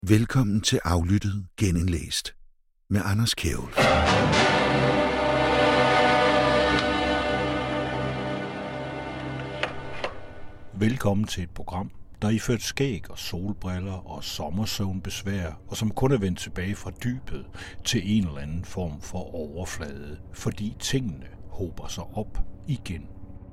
Velkommen til Aflyttet Genindlæst med Anders Kjærulff. Velkommen til et program, der er iført skæg og solbriller og sommersøvnbesvær, og som kun er vendt tilbage fra dybet til en eller anden form for overflade, fordi tingene hober sig op igen.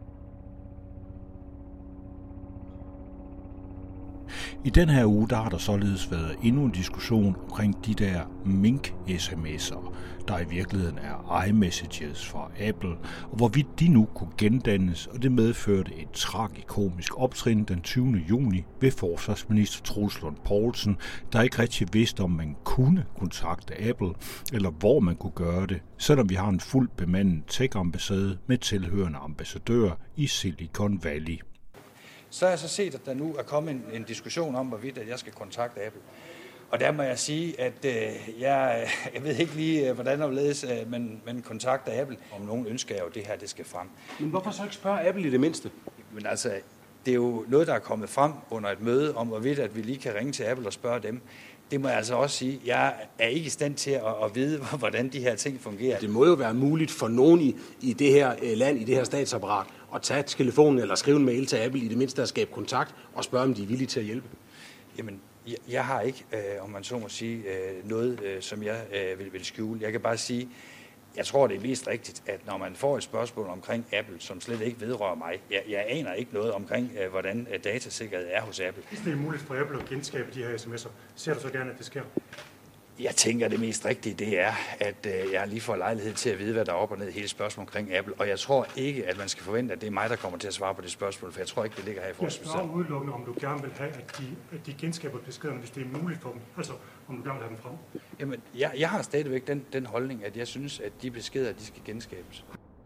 I den her uge, der har der således været endnu en diskussion omkring de der mink-sms'er, der i virkeligheden er iMessages fra Apple, og hvorvidt de nu kunne gendannes, og det medførte et tragikomisk optrin den 20. juni ved forsvarsminister Troels Lund Poulsen, der ikke rigtig vidste, om man kunne kontakte Apple, eller hvor man kunne gøre det, selvom vi har en fuldt bemandet tech-ambassade med tilhørende ambassadør i Silicon Valley. Så har jeg så set, at der nu er kommet en diskussion om, hvorvidt at jeg skal kontakte Apple. Og der må jeg sige, at jeg ved ikke lige, hvordan man kontakter Apple. Om nogen ønsker jeg jo, det her det skal frem. Men hvorfor så ikke spørge Apple i det mindste? Men altså, det er jo noget, der er kommet frem under et møde, om hvorvidt at vi lige kan ringe til Apple og spørge dem. Det må jeg altså også sige. Jeg er ikke i stand til at vide, hvordan de her ting fungerer. Det må jo være muligt for nogen i det her land, i det her statsapparat, at tage telefonen eller skrive en mail til Apple, i det mindste at skabe kontakt og spørge, om de er villige til at hjælpe. Jamen, jeg har ikke, om man så må sige, noget, som jeg vil skjule. Jeg kan bare sige, jeg tror, det er mest rigtigt, at når man får et spørgsmål omkring Apple, som slet ikke vedrører mig, jeg aner ikke noget omkring, hvordan datasikkerhed er hos Apple. Hvis det er muligt for Apple at genskabe de her sms'er, ser du så gerne, at det sker? Jeg tænker, det mest rigtige, det er, at jeg lige får lejlighed til at vide, hvad der er op og ned i hele spørgsmålet omkring Apple. Og jeg tror ikke, at man skal forvente, at det er mig, der kommer til at svare på det spørgsmål, for jeg tror ikke, det ligger her i forsvarsministeriet. Jeg spørger udelukkende, om du gerne vil have, at de genskaber beskederne, hvis det er muligt for dem. Altså, om du gerne vil have dem frem. Jamen, jeg har stadigvæk den holdning, at jeg synes, at de beskeder, de skal genskabes.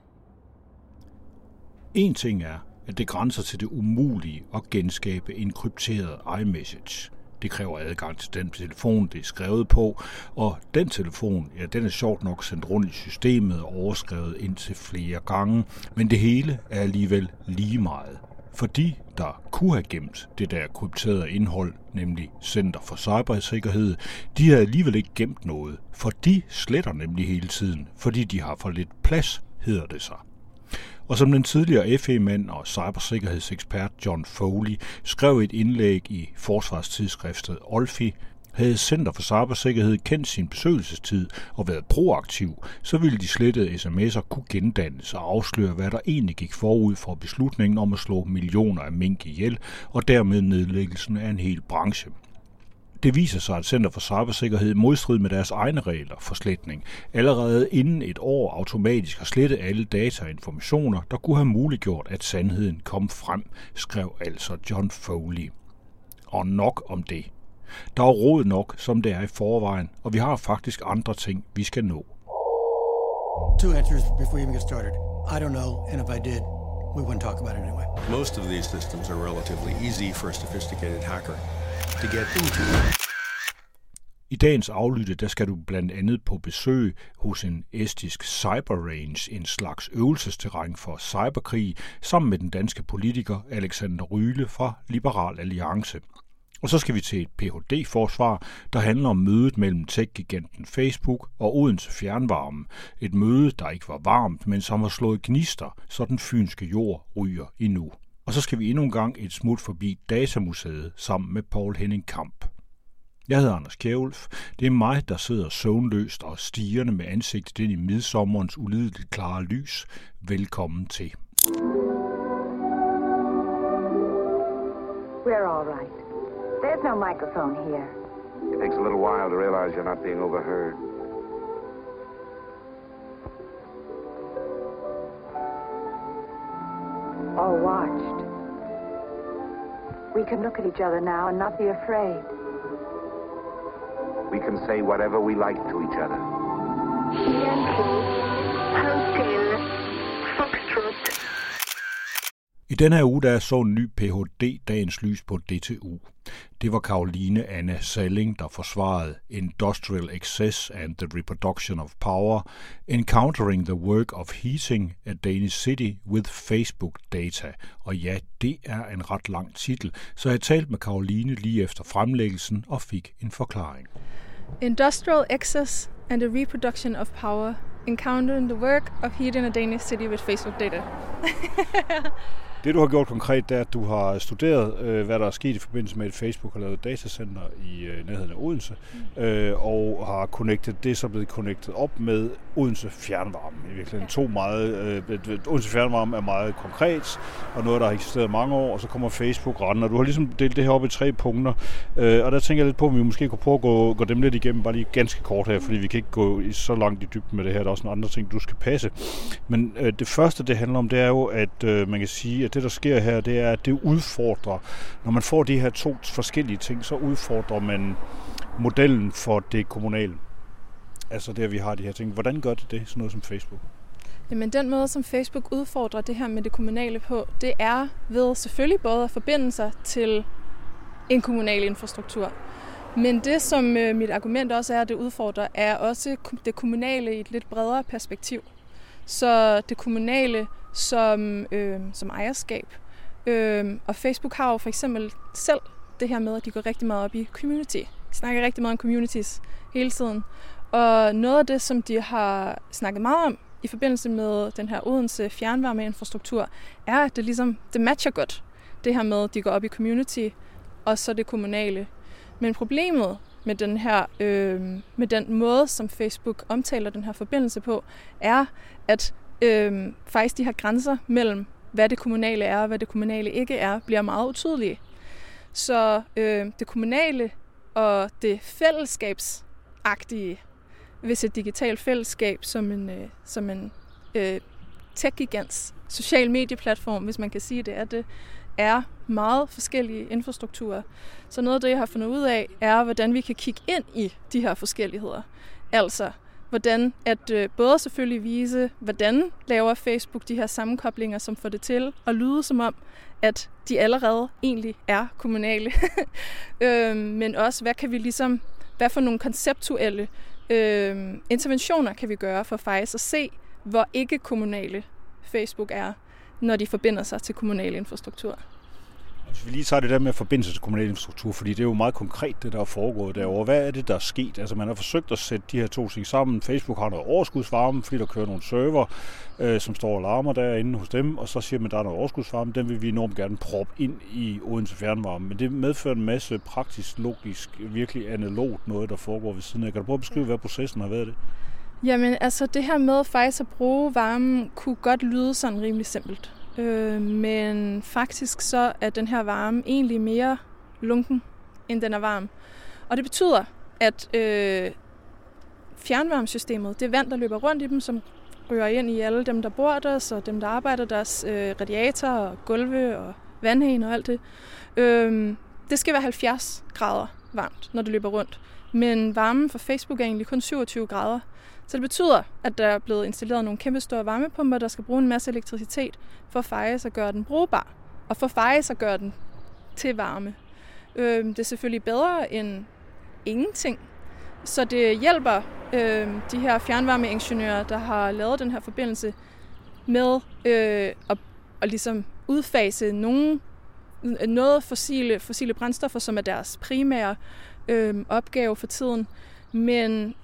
En ting er, at det grænser til det umulige at genskabe en krypteret iMessage. Det kræver adgang til den telefon, det er skrevet på, og den telefon, ja, den er sjovt nok sendt rundt i systemet og overskrevet indtil flere gange, men det hele er alligevel lige meget. For de, der kunne have gemt det der krypterede indhold, nemlig Center for Cybersikkerhed, de har alligevel ikke gemt noget, for de sletter nemlig hele tiden, fordi de har for lidt plads, hedder det sig. Og som den tidligere FE-mand og cybersikkerhedsekspert John Foley skrev et indlæg i forsvarstidsskriftet Olfi, havde Center for Cybersikkerhed kendt sin besøgelsestid og været proaktiv, så ville de slettede sms'er kunne gendannes og afsløre, hvad der egentlig gik forud for beslutningen om at slå millioner af mink ihjel og dermed nedlæggelsen af en hel branche. Det viser sig, at Center for Cybersikkerhed i modstrid med deres egne regler for sletning allerede inden et år automatisk har slettet alle data og informationer, der kunne have muliggjort, at sandheden kom frem, skrev altså John Foley. Og nok om det. Der er råd nok, som det er i forvejen, og vi har faktisk andre ting, vi skal nå. 2 answers before you even get started. I don't know, and if I did, we wouldn't talk about it anyway. Most of these systems are relatively easy for a sophisticated hacker to get into. I dagens aflytte, der skal du blandt andet på besøg hos en estisk cyberrange, en slags øvelsesterræn for cyberkrig, sammen med den danske politiker Alexander Ryle fra Liberal Alliance. Og så skal vi til et Ph.D.-forsvar, der handler om mødet mellem tech-giganten Facebook og Odense Fjernvarme. Et møde, der ikke var varmt, men som har slået gnister, så den fynske jord ryger endnu. Og så skal vi endnu en gang et smut forbi Datamuseet sammen med Paul Henning Kamp. Jeg hedder Anders Kjærulff. Det er mig, der sidder søvnløst og stirrende med ansigtet ind i midsommerens ulideligt klare lys. Velkommen til. We're all right. There's no microphone here. It takes a little while to realize you're not being overheard. Or watched. We can look at each other now and not be afraid. We can say whatever we like to each other. Yankee, Hotel, Foxtrot. I denne her uge der så en ny Ph.D. dagens lys på DTU. Det var Caroline Anna Salling, der forsvarede Industrial Excess and the Reproduction of Power, Encountering the Work of Heating a Danish City with Facebook Data. Og ja, det er en ret lang titel, så jeg talte med Caroline lige efter fremlæggelsen og fik en forklaring. Industrial Excess and the Reproduction of Power, Encountering the Work of Heating a Danish City with Facebook Data. Det, du har gjort konkret, det er, at du har studeret, hvad der er sket i forbindelse med, at Facebook har lavet et datacenter i nærheden af Odense, og har det så blevet connectet op med Odense Fjernvarme. I virkeligheden Odense Fjernvarme er meget konkret, og noget, der har eksisteret mange år, og så kommer Facebook rendende, og du har ligesom delt det her op i 3 punkter, og der tænker jeg lidt på, om vi måske kunne prøve at gå dem lidt igennem, bare lige ganske kort her, fordi vi kan ikke gå så langt i dybden med det her, der er også nogle andre ting, du skal passe. Men det første, det handler om, det er jo, at man kan sige, at det, der sker her, det er, at det udfordrer, når man får de her 2 forskellige ting, så udfordrer man modellen for det kommunale. Altså der, vi har de her ting. Hvordan gør det, sådan noget som Facebook? Jamen den måde, som Facebook udfordrer det her med det kommunale på, det er ved selvfølgelig både at forbinde sig til en kommunal infrastruktur. Men det, som mit argument også er, at det udfordrer, er også det kommunale i et lidt bredere perspektiv. Så det kommunale som ejerskab. Og Facebook har jo for eksempel selv det her med, at de går rigtig meget op i community. De snakker rigtig meget om communities hele tiden. Og noget af det, som de har snakket meget om i forbindelse med den her Odense fjernvarmeinfrastruktur, er, at det matcher godt. Det her med, at de går op i community, og så det kommunale. Men problemet med den her, med den måde, som Facebook omtaler den her forbindelse på, er, at faktisk de her grænser mellem, hvad det kommunale er og hvad det kommunale ikke er, bliver meget utydelige. Så det kommunale og det fællesskabsagtige, hvis et digitalt fællesskab som en tech-gigants social medieplatform, hvis man kan sige det, er meget forskellige infrastrukturer. Så noget af det, jeg har fundet ud af, er, hvordan vi kan kigge ind i de her forskelligheder. Altså, hvordan at både selvfølgelig vise, hvordan laver Facebook de her sammenkoblinger, som får det til at lyde som om, at de allerede egentlig er kommunale. Men også, hvad for nogle konceptuelle interventioner kan vi gøre for faktisk at se, hvor ikke kommunale Facebook er, når de forbinder sig til kommunal infrastruktur. Hvis vi lige tager det der med at forbinde sig til kommunal infrastruktur, fordi det er jo meget konkret, det der er foregået derovre. Hvad er det, der er sket? Altså man har forsøgt at sætte de her 2 ting sammen. Facebook har noget overskudsvarme, fordi der kører nogle server, som står og larmer derinde hos dem, og så siger man, at der er noget overskudsvarme. Den vil vi enormt gerne proppe ind i Odense Fjernvarme. Men det medfører en masse praktisk, logisk, virkelig analogt noget, der foregår ved siden af. Kan du prøve at beskrive, hvad processen har været det? Jamen altså det her med faktisk at bruge varmen kunne godt lyde sådan rimelig simpelt. Men faktisk så er den her varme egentlig mere lunken, end den er varm. Og det betyder, at fjernvarmesystemet, det vand, der løber rundt i dem, som ryger ind i alle dem, der bor der, så dem, der arbejder deres radiatorer og gulve og vandhæn og alt det. Det skal være 70 grader varmt, når det løber rundt. Men varmen for Facebook er egentlig kun 27 grader. Så det betyder, at der er blevet installeret nogle kæmpe store varmepumper, der skal bruge en masse elektricitet for faktisk at gøre den brugbar, og for faktisk at gøre den til varme. Det er selvfølgelig bedre end ingenting, så det hjælper de her fjernvarmeingeniører, der har lavet den her forbindelse, med at ligesom udfase noget fossile brændstoffer, som er deres primære opgave for tiden. Men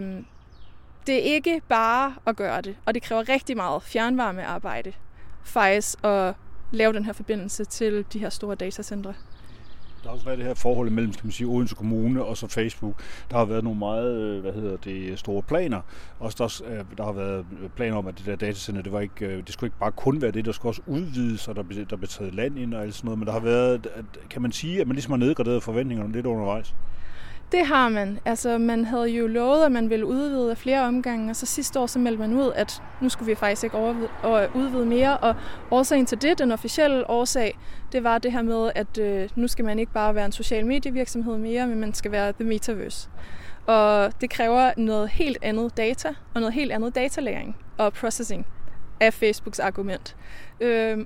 det er ikke bare at gøre det, og det kræver rigtig meget fjernvarmearbejde faktisk at lave den her forbindelse til de her store datacentre. Der har også været det her forhold mellem, skal man sige, Odense Kommune og så Facebook. Der har været nogle meget, store planer. Også der har været planer om, at det der datacenter, det skulle ikke bare kun være det, der skulle også udvides, og der blev taget land ind og alt sådan noget. Men der har været, kan man sige, at man ligesom har nedgraderet forventningerne lidt undervejs? Det har man. Altså, man havde jo lovet, at man ville udvide af flere omgange, og så sidste år så meldte man ud, at nu skulle vi faktisk ikke udvide mere, og årsagen til det, den officielle årsag, det var det her med, at nu skal man ikke bare være en social medievirksomhed mere, men man skal være the metaverse. Og det kræver noget helt andet data, og noget helt andet datalagring og processing af Facebooks argument. Og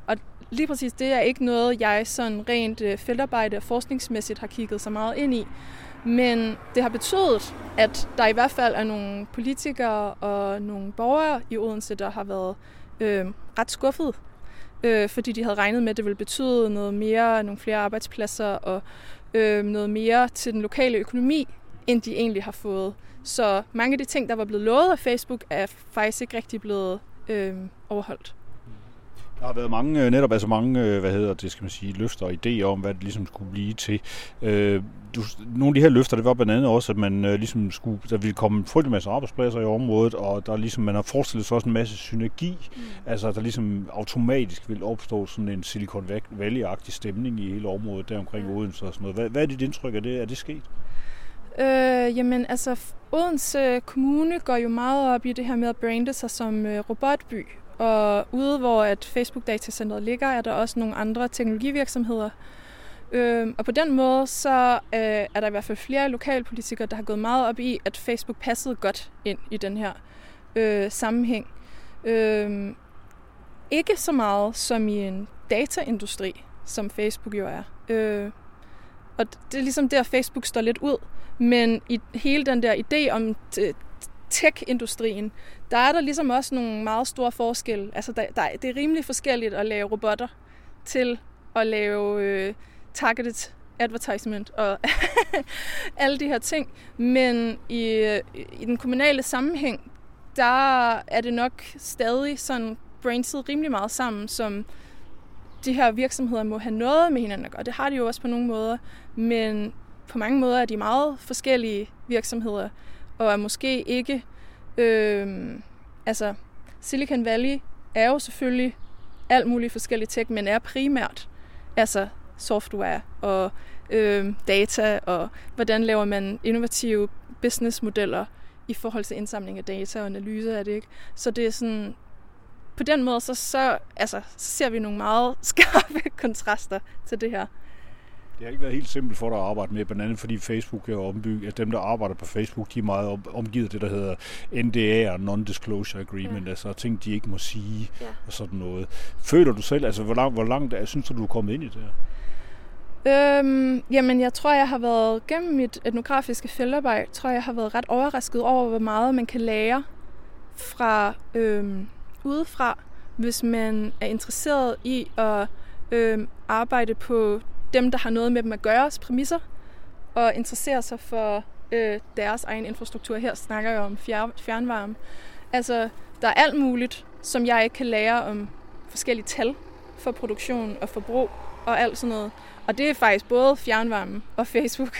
lige præcis det er ikke noget, jeg sådan rent feltarbejde og forskningsmæssigt har kigget så meget ind i. Men det har betydet, at der i hvert fald er nogle politikere og nogle borgere i Odense, der har været ret skuffet, fordi de havde regnet med, at det ville betyde noget mere, nogle flere arbejdspladser og noget mere til den lokale økonomi, end de egentlig har fået. Så mange af de ting, der var blevet lovet af Facebook, er faktisk ikke rigtig blevet overholdt. Der har været mange, løfter og idéer om, hvad det ligesom skulle blive til. Nogle af de her løfter, det var blandt andet også, at man der ville komme frygtelig masse arbejdspladser i området, og der ligesom, man har forestillet sig også en masse synergi, altså der ligesom automatisk vil opstå sådan en Silicon Valley-agtig stemning i hele området der omkring Odense og sådan noget. Hvad er dit indtryk af det? Er det sket? Jamen altså, Odense Kommune går jo meget op i det her med at brande sig som robotby. Og ude hvor at Facebook Datacenteret ligger, er der også nogle andre teknologivirksomheder. Og på den måde, så er der i hvert fald flere lokalpolitikere, der har gået meget op i, at Facebook passede godt ind i den her sammenhæng. Ikke så meget som i en dataindustri, som Facebook jo er. Og det er ligesom der, Facebook står lidt ud. Men i hele den der idé om tech-industrien, der er der ligesom også nogle meget store forskelle. Altså, det er rimelig forskelligt at lave robotter til at lave targeted advertisement og alle de her ting. Men i den kommunale sammenhæng, der er det nok stadig sådan brainstet rimelig meget sammen, som de her virksomheder må have noget med hinanden at gøre. Det har de jo også på nogle måder, men på mange måder er de meget forskellige virksomheder, og er måske ikke... altså, Silicon Valley er jo selvfølgelig alt muligt forskellige tech, men er primært altså software og data, og hvordan laver man innovative businessmodeller i forhold til indsamling af data og analyse af det, ikke? Så det er sådan... På den måde, så ser vi nogle meget skarpe kontraster til det her. Det har ikke været helt simpelt for dig at arbejde med, blandt andet fordi Facebook er ombygget, at dem, der arbejder på Facebook, de er meget omgivet af det, der hedder NDA, Non-Disclosure Agreement, altså ting, de ikke må sige, og sådan noget. Føler du selv, altså hvor langt synes du er kommet ind i det her? Jamen, jeg tror, jeg har været, gennem mit etnografiske feltarbejde, jeg har været ret overrasket over, hvor meget man kan lære fra udefra, hvis man er interesseret i at arbejde på dem, der har noget med dem at gøre, præmisser, og interesserer sig for deres egen infrastruktur. Her snakker jeg om fjernvarme. Altså, der er alt muligt, som jeg ikke kan lære om forskellige tal for produktion og forbrug og alt sådan noget. Og det er faktisk både fjernvarme og Facebook.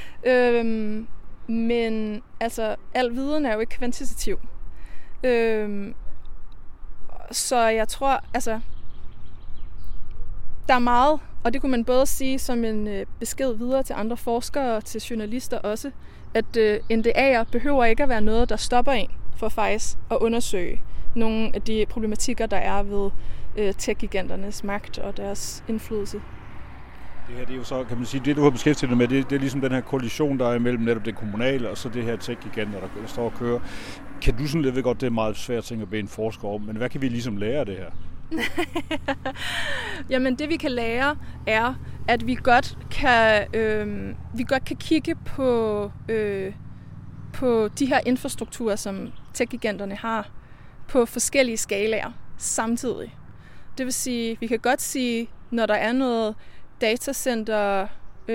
Men altså, al viden er jo ikke kvantitativ. Så jeg tror, altså, der er meget, og det kunne man både sige som en besked videre til andre forskere og til journalister også, at NDA'er behøver ikke at være noget, der stopper en for faktisk at undersøge nogle af de problematikker, der er ved tech-giganternes magt og deres indflydelse. Det her, det er jo så, kan man sige, det du har beskæftiget dig med, det er ligesom den her kollision, der er imellem netop det kommunale og så det her tech-giganter, der står og kører. Kan du sådan lidt ved godt, det er meget svært ting at bede en forsker om, men hvad kan vi ligesom lære af det her? Jamen det vi kan lære er, at vi godt kan kigge på de her infrastrukturer, som tech-giganterne har, på forskellige skalaer samtidig. Det vil sige, vi kan godt sige, når der er noget datacenter,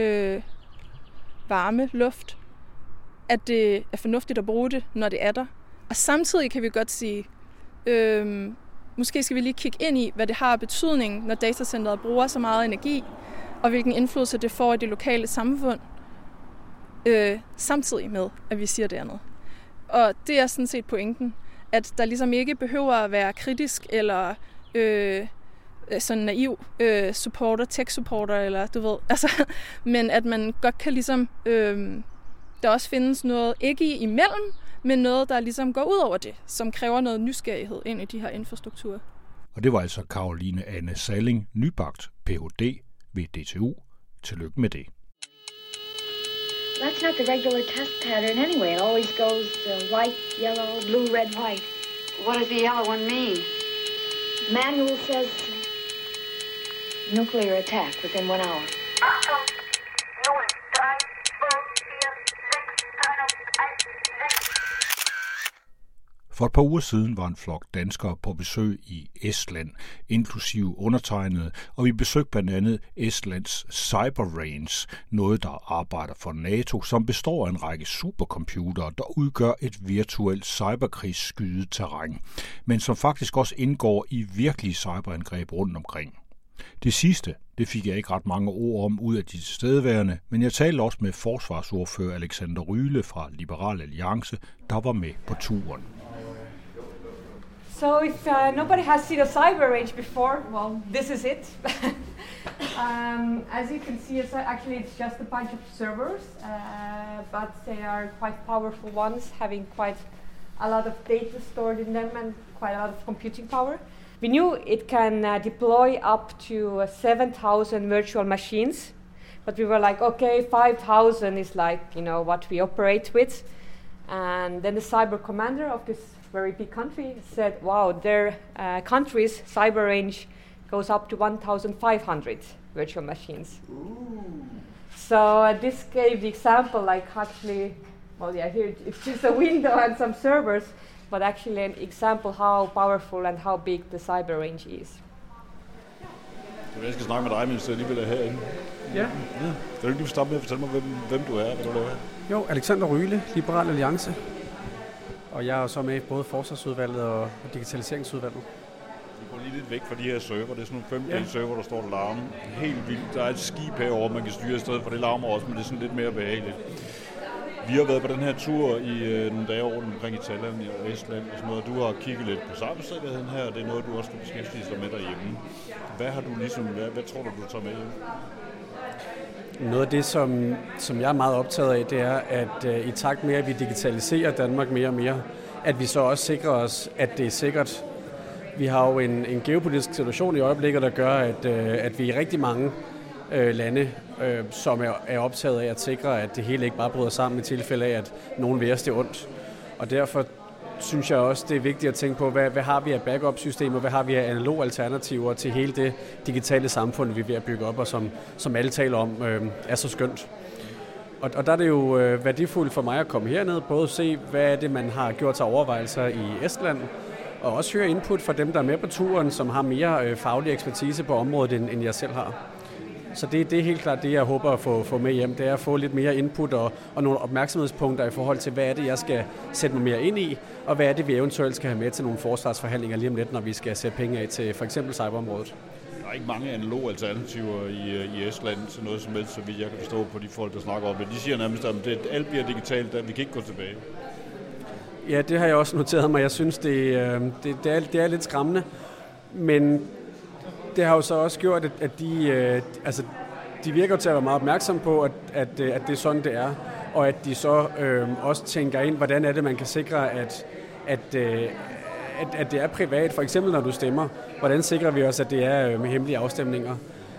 varme, luft, at det er fornuftigt at bruge det, når det er der. Og samtidig kan vi godt sige, måske skal vi lige kigge ind i, hvad det har betydning, når datacenteret bruger så meget energi, og hvilken indflydelse det får i det lokale samfund, samtidig med, at vi siger det andet. Og det er sådan set pointen, at der ligesom ikke behøver at være kritisk eller sådan naiv tech-supporter, eller du ved, altså, men at man godt kan ligesom, der også findes noget, ikke imellem, men noget, der ligesom går ud over det, som kræver noget nysgerrighed ind i de her infrastrukturer. Og det var altså Caroline Anne Salling, nybagt Ph.D. ved DTU. Tillykke med det. That's not the regular test pattern anyway. It always goes white, yellow, blue, red, white. What does the yellow one mean? Manual says nuclear attack within 1 hour. For et par uger siden var en flok danskere på besøg i Estland, inklusive undertegnede, og vi besøgte blandt andet Estlands Cyber Range, noget der arbejder for NATO, som består af en række supercomputere, der udgør et virtuelt cyberkrigsskydet terræn, men som faktisk også indgår i virkelige cyberangreb rundt omkring. Det sidste, det fik jeg ikke ret mange ord om ud af de tilstedeværende, men jeg talte også med forsvarsordfører Alexander Ryle fra Liberal Alliance, der var med på turen. So if nobody has seen a cyber range before, well, this is it. As you can see, actually it's just a bunch of servers, but they are quite powerful ones, having quite a lot of data stored in them and quite a lot of computing power. We knew it can deploy up to 7,000 virtual machines, but we were like, okay, 5,000 is like, what we operate with. And then the cyber commander of this very big country said, wow, their country's cyber range goes up to 1,500 virtual machines. Ooh. So this gave the example, like actually, well, yeah, here it's just a window and some servers, but actually an example how powerful and how big the cyber range is. Jeg skal snakke med dig, mens jeg alligevel er herinde. Ja. Kan du ikke lige starte med at fortælle mig, hvem du er, hvad du laver? Jo, Alexander Ryle, Liberal Alliance. Og jeg er jo så med i både Forsvarsudvalget og Digitaliseringsudvalget. Vi går lige lidt væk fra de her server. Det er sådan nogle 5G server, der står og larmer. Helt vildt. Der er et skib herovre, man kan styre i stedet for. Det larmer også, men det er sådan lidt mere behageligt. Vi har været på den her tur i nogle dage rundt omkring i Talland og Estland og sådan noget. Du har kigget lidt på cybersikkerheden her, og det er noget, du også skal beskæftige dig med derhjemme. Hvad har du hvad tror du tager med hjem? Noget af det, som jeg er meget optaget af, det er, at i takt med, at vi digitaliserer Danmark mere og mere, at vi så også sikrer os, at det er sikkert. Vi har jo en geopolitisk situation i øjeblikket, der gør, at vi i rigtig mange lande, som er optaget af at sikre, at det hele ikke bare bryder sammen i tilfælde af, at nogen vil os det ondt. Og derfor synes jeg også, det er vigtigt at tænke på, hvad har vi af backup-systemer, hvad har vi af analoge alternativer til hele det digitale samfund, vi er ved at bygge op, og som alle taler om, er så skønt. Og der er det jo værdifuldt for mig at komme herned, både at se, hvad er det, man har gjort sig overvejelser i Estland, og også høre input fra dem, der er med på turen, som har mere faglig ekspertise på området, end jeg selv har. Så det er helt klart det, jeg håber at få med hjem. Det er at få lidt mere input og nogle opmærksomhedspunkter i forhold til, hvad er det, jeg skal sætte mig mere ind i, og hvad er det, vi eventuelt skal have med til nogle forsvarsforhandlinger lige om lidt, når vi skal sætte penge af til for eksempel cyberområdet. Der er ikke mange analoge alternativer i Estland til noget som helst, så vidt jeg kan forstå på de folk, der snakker om det. De siger nærmest, at alt bliver digitalt, at vi kan ikke gå tilbage. Ja, det har jeg også noteret mig. Jeg synes, det er lidt skræmmende, men det har jo så også gjort, at de virker til at være meget opmærksomme på, at det er sådan, det er, og at de så også tænker ind, hvordan er det, man kan sikre, at det er privat. For eksempel, når du stemmer, hvordan sikrer vi også, at det er med hemmelige afstemninger?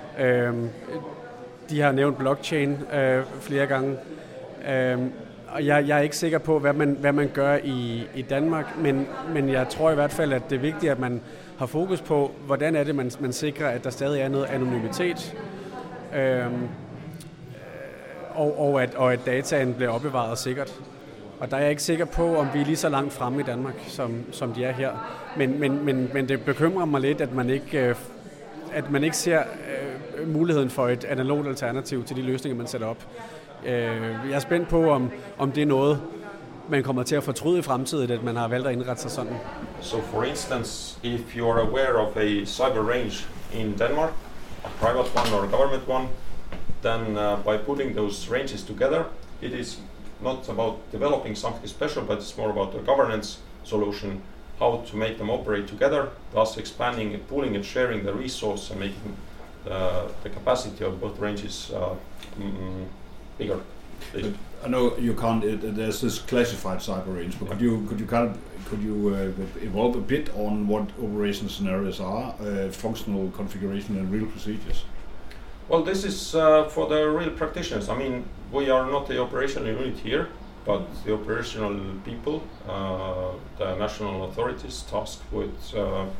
De har nævnt blockchain flere gange, og jeg er ikke sikker på, hvad man gør i Danmark, men jeg tror i hvert fald, at det er vigtigt, at man har fokus på, hvordan er det, man sikrer, at der stadig er noget anonymitet, og at dataen bliver opbevaret sikkert. Og der er jeg ikke sikker på, om vi er lige så langt fremme i Danmark, som de er her. Men det bekymrer mig lidt, at man ikke ser muligheden for et analogt alternativ til de løsninger, man sætter op. Jeg er spændt på, om det er noget, man kommer til at fortryde i fremtiden, at man har valgt at indrette sig sådan. So for instance, if you are aware of a cyber range in Denmark, a private one or a government one, then by putting those ranges together, it is not about developing something special, but it's more about a governance solution, how to make them operate together, thus expanding and pooling and sharing the resource and making the capacity of both ranges bigger. I know you can't. There's this classified cyber range, but could you evolve a bit on what operation scenarios are, functional configuration and real procedures? Well, this is for the real practitioners. I mean, we are not the operational unit here, but the operational people, the national authorities tasked with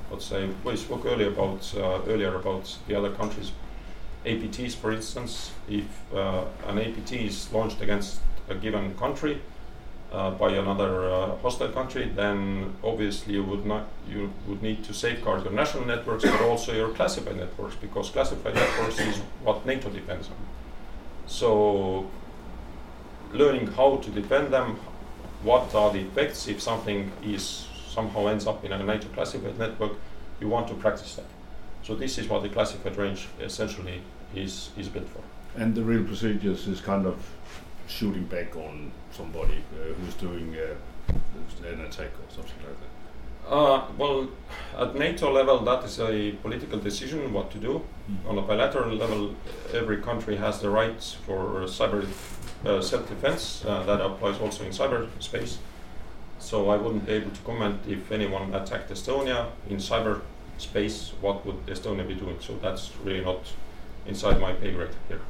let's say, we spoke earlier about the other countries. APTs, for instance, if an APT is launched against a given country by another hostile country, then obviously you would need to safeguard your national networks, but also your classified networks, because classified networks is what NATO depends on. So learning how to defend them, what are the effects if something somehow ends up in a NATO classified network, you want to practice that. So this is what the classified range essentially is built for. And the real procedures is kind of shooting back on somebody who's doing an attack or something like that? Well, at NATO level, that is a political decision what to do. On a bilateral level, every country has the right for cyber self-defense. That applies also in cyberspace. So I wouldn't be able to comment if anyone attacked Estonia in cyberspace, what would Estonia be doing? So that's really not inside my pay grade here.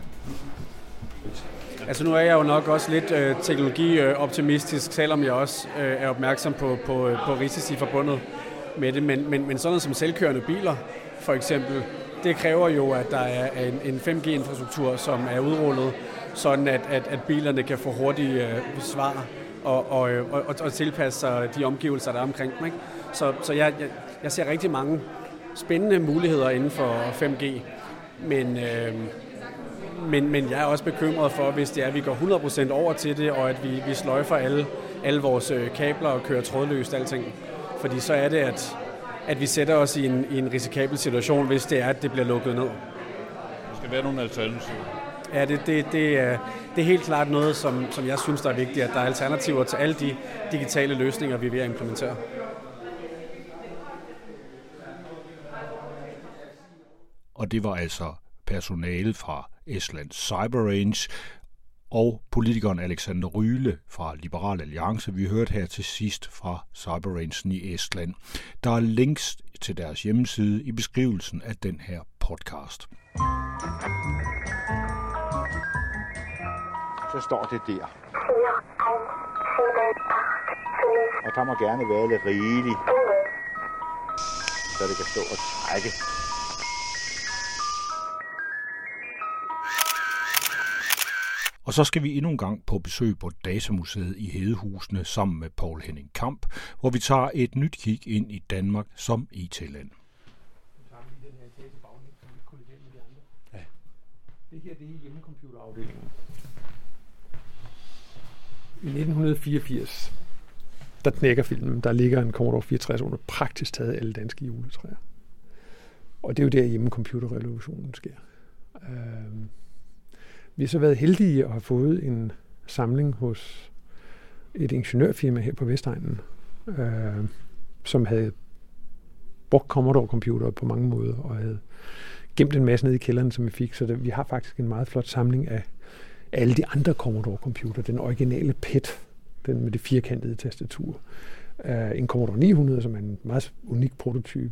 Altså nu er jeg jo nok også lidt teknologioptimistisk, selvom jeg også er opmærksom på risici forbundet med det. Men sådan noget som selvkørende biler, for eksempel, det kræver jo, at der er en 5G-infrastruktur, som er udrullet, sådan at bilerne kan få hurtige svar og tilpasse sig de omgivelser, der er omkring dem. Ikke? Så jeg ser rigtig mange spændende muligheder inden for 5G, men jeg er også bekymret for, hvis det er, at vi går 100% over til det, og at vi sløjfer alle vores kabler og kører trådløst alting. Fordi så er det, at vi sætter os i en risikabel situation, hvis det er, at det bliver lukket ned. Der skal være nogle alternativer. Ja, det er helt klart noget, som jeg synes, der er vigtigt, at der er alternativer til alle de digitale løsninger, vi er ved at implementere. Og det var altså personale fra Estlands Cyber Range og politikeren Alexander Ryle fra Liberal Alliance, vi hørte her til sidst fra Cyber Rangen i Estland. Der er links til deres hjemmeside i beskrivelsen af den her podcast. Så står det der. Og der må gerne være lidt rigeligt, så det kan stå og trække. Og så skal vi endnu en gang på besøg på Datamuseet i Hedehusene sammen med Poul Henning Kamp, hvor vi tager et nyt kig ind i Danmark som IT-land. Ja. Det her det er hjemmecomputerafdelingen. I 1984, der knækker filmen. Der ligger en Commodore 64 under praktisk taget alle danske juletræer. Og det er jo der hjemmecomputerrevolutionen sker. Vi har så været heldige at have fået en samling hos et ingeniørfirma her på Vestegnen, som havde brugt Commodore-computere på mange måder, og havde gemt en masse ned i kælderen, som vi fik. Så vi har faktisk en meget flot samling af alle de andre Commodore-computere. Den originale PET, den med det firkantede tastatur. En Commodore 900, som er en meget unik prototype.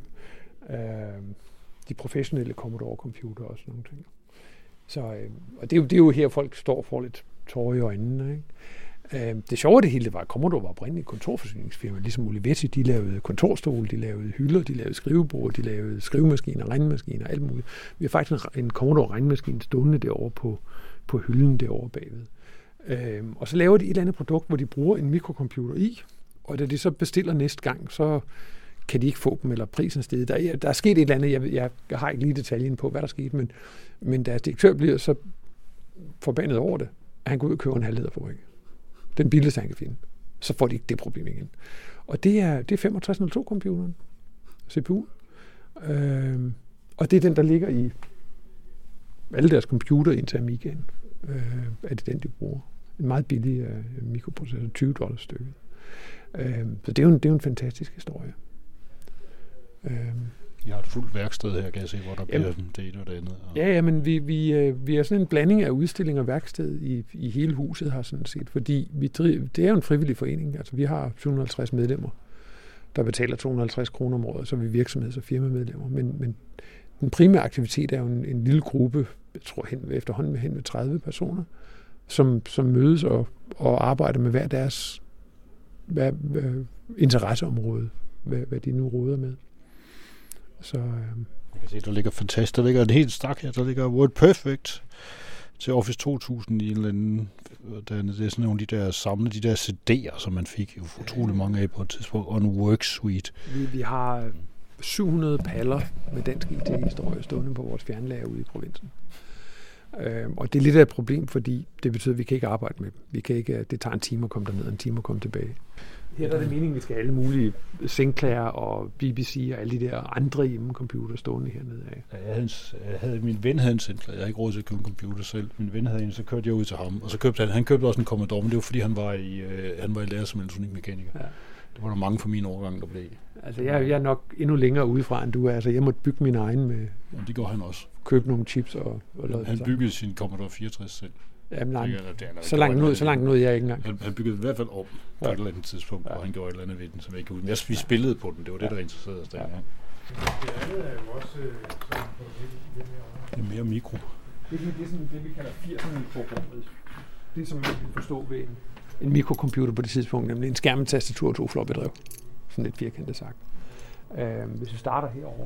De professionelle Commodore-computere og sådan nogle ting. Så, og det er jo her, folk står og får lidt tårer i øjnene. Ikke? Det sjove af det hele, det var, at Commodore var oprindeligt et kontorforsyningsfirma. Ligesom Olivetti, de lavede kontorstole, de lavede hylder, de lavede skrivebord, de lavede skrivemaskiner, regnemaskiner, alt muligt. Vi har faktisk en Commodore regnmaskine stående derovre på hylden derovre bagved. Og så laver de et eller andet produkt, hvor de bruger en mikrocomputer i, og da de så bestiller næste gang, så kan de ikke få dem, eller prisen steget. Der er sket et eller andet, jeg har ikke lige detaljen på, hvad der skete, men deres direktør bliver så forbandet over det, at han går ud og køber en halvlederfabrik. Den billigste, han kan finde. Så får de ikke det problem igen. Og det er 6502-computeren, CPU. Og det er den, der ligger i alle deres computer ind til Amigaen. Er det den, de bruger. En meget billig mikroprocessor, $20 stykket. Så det er jo en fantastisk historie. Jeg har et fuldt værksted her, kan jeg se, hvor der bliver det ene og det andet. Ja, men vi er sådan en blanding af udstilling og værksted i hele huset her sådan set, fordi det er jo en frivillig forening. Altså vi har 750 medlemmer, der betaler 250 kroner om året, så er vi virksomheds- og firmamedlemmer. Men den primære aktivitet er jo en lille gruppe, jeg tror efterhånden hen med 30 personer, som mødes og arbejder med hver deres interesseområde, hvad de nu råder med. Så, jeg kan se, der ligger fantastisk. Der ligger en helt stak her. Der ligger WordPerfect til Office 2000 i en eller anden... Det er sådan nogle af de der samlede, de der CD'er, som man fik utrolig mange af på et tidspunkt, og en Worksuite. Vi har 700 paller med dansk IT-historie stående på vores fjernlager ude i provinsen. Og det er lidt af et problem, fordi det betyder, at vi kan ikke arbejde med dem. Vi kan ikke, det tager en time at komme derned, og en time at komme tilbage. Her er det meningen, at vi skal have alle mulige Sinclair og BBC og alle de der andre hjemmecomputer stående hernede af. Min ven havde en Sinclair. Jeg har ikke råd til at købe en computer selv. Min ven havde en, så kørte jeg ud til ham. Og så købte han købte også en Commodore, men det var fordi han var i lære som elektronikmekaniker. Ja. Det var der mange fra min årgang, der blev. Altså jeg er nok endnu længere udefra, end du er. Altså jeg måtte bygge min egen med... Ja, det går han også. Købe nogle chips og han byggede sin Commodore 64 selv. Jamen, nej, så langt nåede jeg ikke engang. Han byggede i hvert fald op på et eller andet tidspunkt, og han gjorde et eller andet ved den, som jeg ikke kunne. Vi spillede på den, det var det, der interesserede os der. Ja. Det andet er jo også sådan på det er mere mikro. Det er sådan det, vi kalder 80'er-mikrogrammet. Det, som man kan forstå ved en mikrocomputer på det tidspunkt, nemlig en skærm, tastatur og 2 floppy-drev. Sådan lidt firkantet sagt. Hvis vi starter herovre,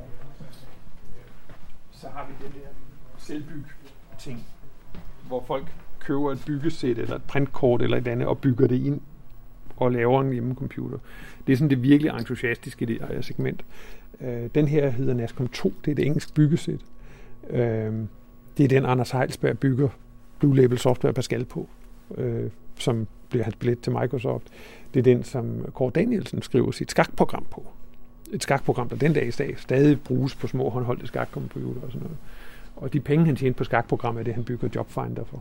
så har vi den der selvbyg-ting, hvor folk køber et byggesæt eller et printkort eller et andet og bygger det ind og laver en hjemmecomputer. Det er sådan det virkelig entusiastiske i det her segment. Den her hedder NASCOM 2, det er det engelske byggesæt. Det er den, Anders Heilsberg bygger Blue Label Software Pascal på, som bliver hans billet til Microsoft. Det er den, som Kåre Danielsen skriver sit skakprogram på. Et skakprogram, der den dag i dag stadig bruges på små håndholdte skakcomputer og sådan noget. Og de penge, han tjener på skakprogrammet, er det, han bygger Jobfinder for.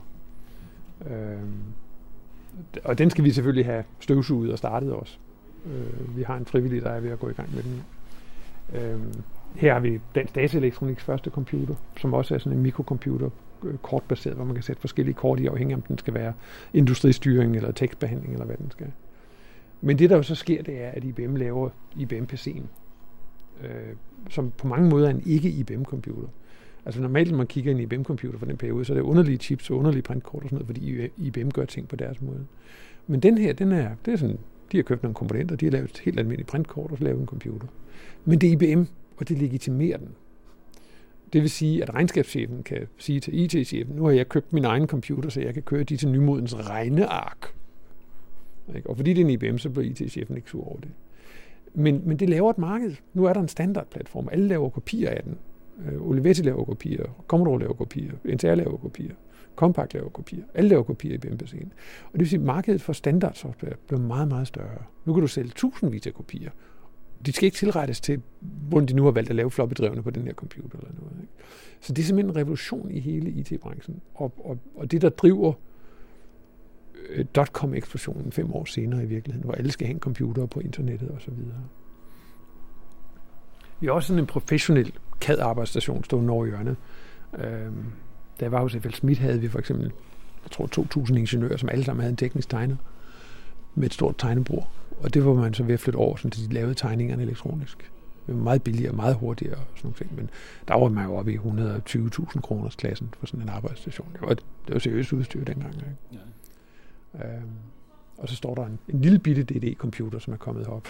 Og den skal vi selvfølgelig have støvsuget og startet også. Vi har en frivillig, der er ved at gå i gang med den. Her har vi Dansk Dataelektroniks første computer, som også er sådan en mikrocomputer, kortbaseret, hvor man kan sætte forskellige kort i, afhængig om den skal være industristyring eller tekstbehandling, eller hvad den skal. Men det, der jo så sker, det er, at IBM laver IBM-PC'en, som på mange måder er en ikke-IBM-computer. Altså normalt, når man kigger i en IBM-computer for den periode, så er det underlige chips og underlige printkort og sådan noget, fordi IBM gør ting på deres måde. Men den her, det er sådan, de har købt nogle komponenter, de har lavet et helt almindeligt printkort og så lavet en computer. Men det er IBM, og det legitimerer den. Det vil sige, at regnskabschefen kan sige til IT-chefen, nu har jeg købt min egen computer, så jeg kan køre de til nymodens regneark. Og fordi det er en IBM, så bliver IT-chefen ikke sur over det. Men det laver et marked. Nu er der en standardplatform. Alle laver kopier af den. Olivetti laver kopier, Commodore laver kopier, NTR laver kopier, Compaq laver kopier. Alle laver kopier i IBM-PC'en. Og det vil sige, at markedet for standardsoftware bliver meget, meget større. Nu kan du sælge tusindvis af kopier. De skal ikke tilrettes til, hvordan de nu har valgt at lave floppy-drevne på den her computer eller noget. Ikke? Så det er simpelthen en revolution i hele IT-branchen. Og det, der driver .com-eksplosionen 5 år senere i virkeligheden, hvor alle skal have en computer på internettet og så videre. Vi har også sådan en professionel CAD-arbejdsstation stående over i hjørnet. Da jeg var hos F.L. Schmidt, havde vi for eksempel, jeg tror 2.000 ingeniører, som alle sammen havde en teknisk tegner med et stort tegnebord. Og det var man så ved at flytte over, så de lavede tegningerne elektronisk. Det var meget billigere, meget hurtigere og sådan nogle ting. Men der var man jo oppe i 120.000 kroners klassen for sådan en arbejdsstation. Det var seriøst udstyr dengang. Ikke? Ja. Og så står der en lille bitte DD-computer, som er kommet op.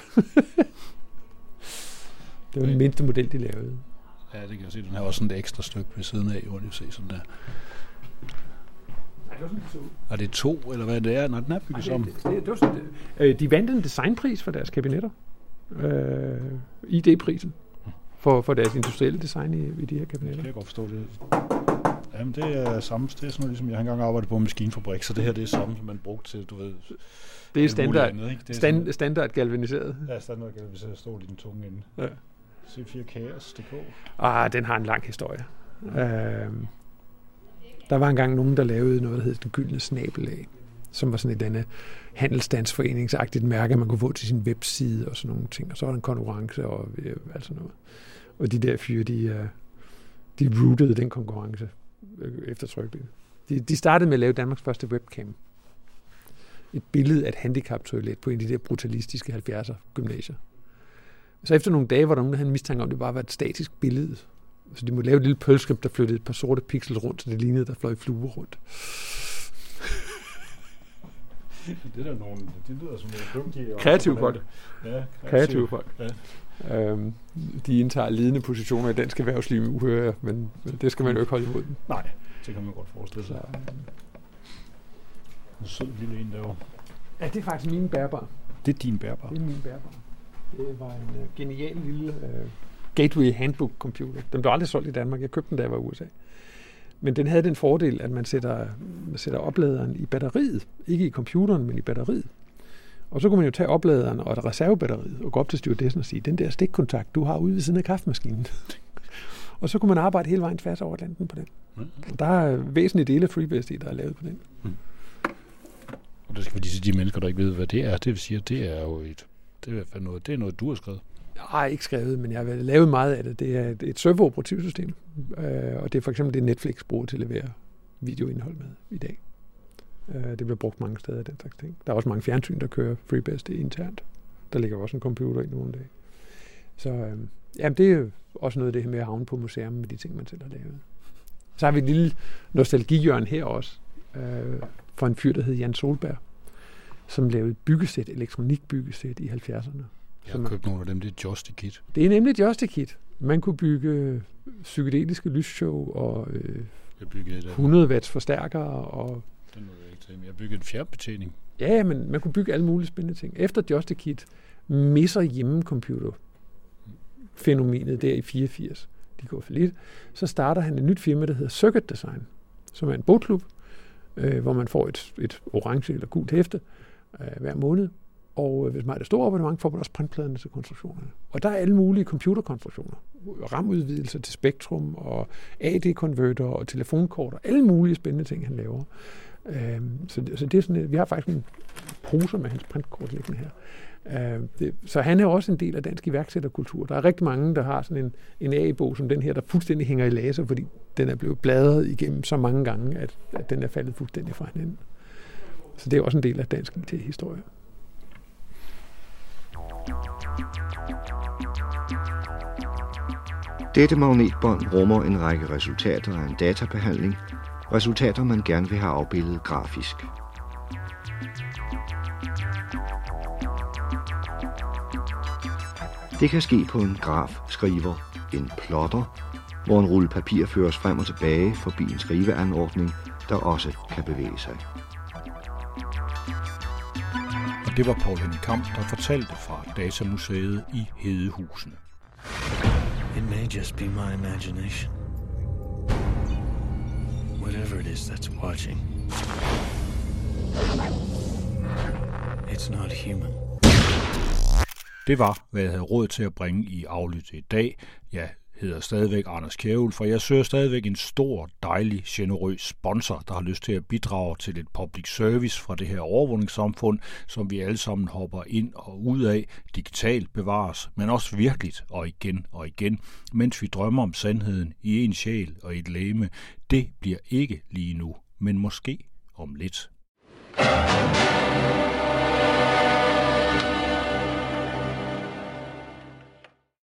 Det var den mindste model, de lavede. Ja, det kan jeg se. Den har også sådan et ekstra stykke ved siden af, hvor det ser sådan der. Nej, det var sådan, det så ud. Er det 2, eller hvad det er? Nej, den er bygget sammen. Det var sådan, de vandt en designpris for deres kabinetter. ID-prisen. For deres industrielle design i de her kabinetter. Jeg kan godt forstå det. Jamen, det er samme. Det er sådan noget, ligesom jeg har engang arbejdet på en maskinfabrik, så det her det er samme, som man brugte til, du ved... Det er standard, andet, standard galvaniseret. Ja, standard galvaniseret stål i den tunge ende. Ja. C4 Chaos.dk. Den har en lang historie. Der var engang nogen, der lavede noget, der hed Den Gyldne Snabelag, som var sådan et andet handelsstandsforeningsagtigt mærke, man kunne få til sin webside og sådan nogle ting. Og så var der en konkurrence og alt sådan noget. Og de der fyre, de rootede den konkurrence eftertrykkeligt. De startede med at lave Danmarks første webcam. Et billede af et handicaptoilet på en af de der brutalistiske 70'er gymnasier. Så efter nogle dage var der nogen, der havde en mistanke om, det bare var et statisk billede. Så de måtte lave et lille pølskript, der flyttede et par sorte pixels rundt, så det lignede, der fløj fluer rundt. Det er nogle, de lyder som nogle dygtige... Kreative folk. Ja, kreative folk. Ja. De indtager ledende positioner i dansk erhvervsliv, uhører jeg, men det skal man jo ikke holde imod dem. Nej, det kan man godt forestille sig. En sød lille en derovre. Ja, det er faktisk min bærbar. Det er din bærbar? Det er min bærbar. Det var en genial lille Gateway Handbook computer. Den blev aldrig solgt i Danmark. Jeg købte den, da jeg var i USA. Men den havde den fordel, at man sætter opladeren i batteriet. Ikke i computeren, men i batteriet. Og så kunne man jo tage opladeren og et reservebatteriet og gå op til stewardessen og sige, den der stikkontakt, du har ude ved siden af kaffemaskinen. Og så kunne man arbejde hele vejen tværs over Atlanten på den. Og der er væsentlige dele af FreeBSD, der er lavet på den. Og det skal vi lige til de mennesker, der ikke ved, hvad det er. Det vil sige, at det er jo det er noget, du har skrevet. Jeg har ikke skrevet, men jeg har lavet meget af det. Det er et serveroperativsystem, og det er for eksempel det Netflix bruger til at levere videoindhold med i dag. Det bliver brugt mange steder af den slags ting. Der er også mange fjernsyn, der kører FreeBSD internt. Der ligger også en computer i nogle dage. Så jamen, det er jo også noget af det her med at havne på museum med de ting, man selv har lavet. Så har vi et lille nostalgihjørne her også, for en fyr, der hed Jan Solberg, som lavede byggesæt, elektronikbyggesæt i 70'erne. Jeg har købt nogle af dem, det er Joystikit. Det er nemlig Joystikit. Man kunne bygge psykedeliske lysshow og 100 watts forstærkere. Og jeg byggede en fjernbetjening. Ja, men man kunne bygge alle mulige spændende ting. Efter Joystikit misser hjemmecomputer-fænomenet der i 84. De går for lidt. Så starter han et nyt firma, der hedder Circuit Design, som er en bogklub, hvor man får et orange eller gult hæfte hver måned. Og hvis man har det store abonnement, får man også printpladerne til konstruktionerne. Og der er alle mulige computerkonstruktioner. RAM-udvidelser til Spektrum, og AD-konverter, og telefonkort, og alle mulige spændende ting, han laver. Så det er sådan, vi har faktisk en poser med hans printkort liggende her. Så han er også en del af dansk iværksætterkultur. Der er rigtig mange, der har sådan en AI-bog som den her, der fuldstændig hænger i laser, fordi den er blevet bladret igennem så mange gange, at den er faldet fuldstændig fra hinanden. Så det er også en del af dansk IT-historie. Dette magnetbånd rummer en række resultater af en databehandling, resultater man gerne vil have afbildet grafisk. Det kan ske på en grafskriver, en plotter, hvor en rulle papir føres frem og tilbage forbi en skriveanordning, der også kan bevæge sig. Og det var Poul Henning Kamp, der fortalte fra Datamuseet i Hedehusene. It may just be my imagination. Whatever it is that's watching, it's not human. Det var, hvad jeg havde råd til at bringe i Aflyttet i dag. Jeg hedder stadigvæk Anders Kjærhul, for jeg søger stadigvæk en stor, dejlig, generøs sponsor, der har lyst til at bidrage til et public service fra det her overvågningssamfund, som vi alle sammen hopper ind og ud af, digitalt bevares, men også virkeligt og igen, mens vi drømmer om sandheden i en sjæl og et legeme. Det bliver ikke lige nu, men måske om lidt.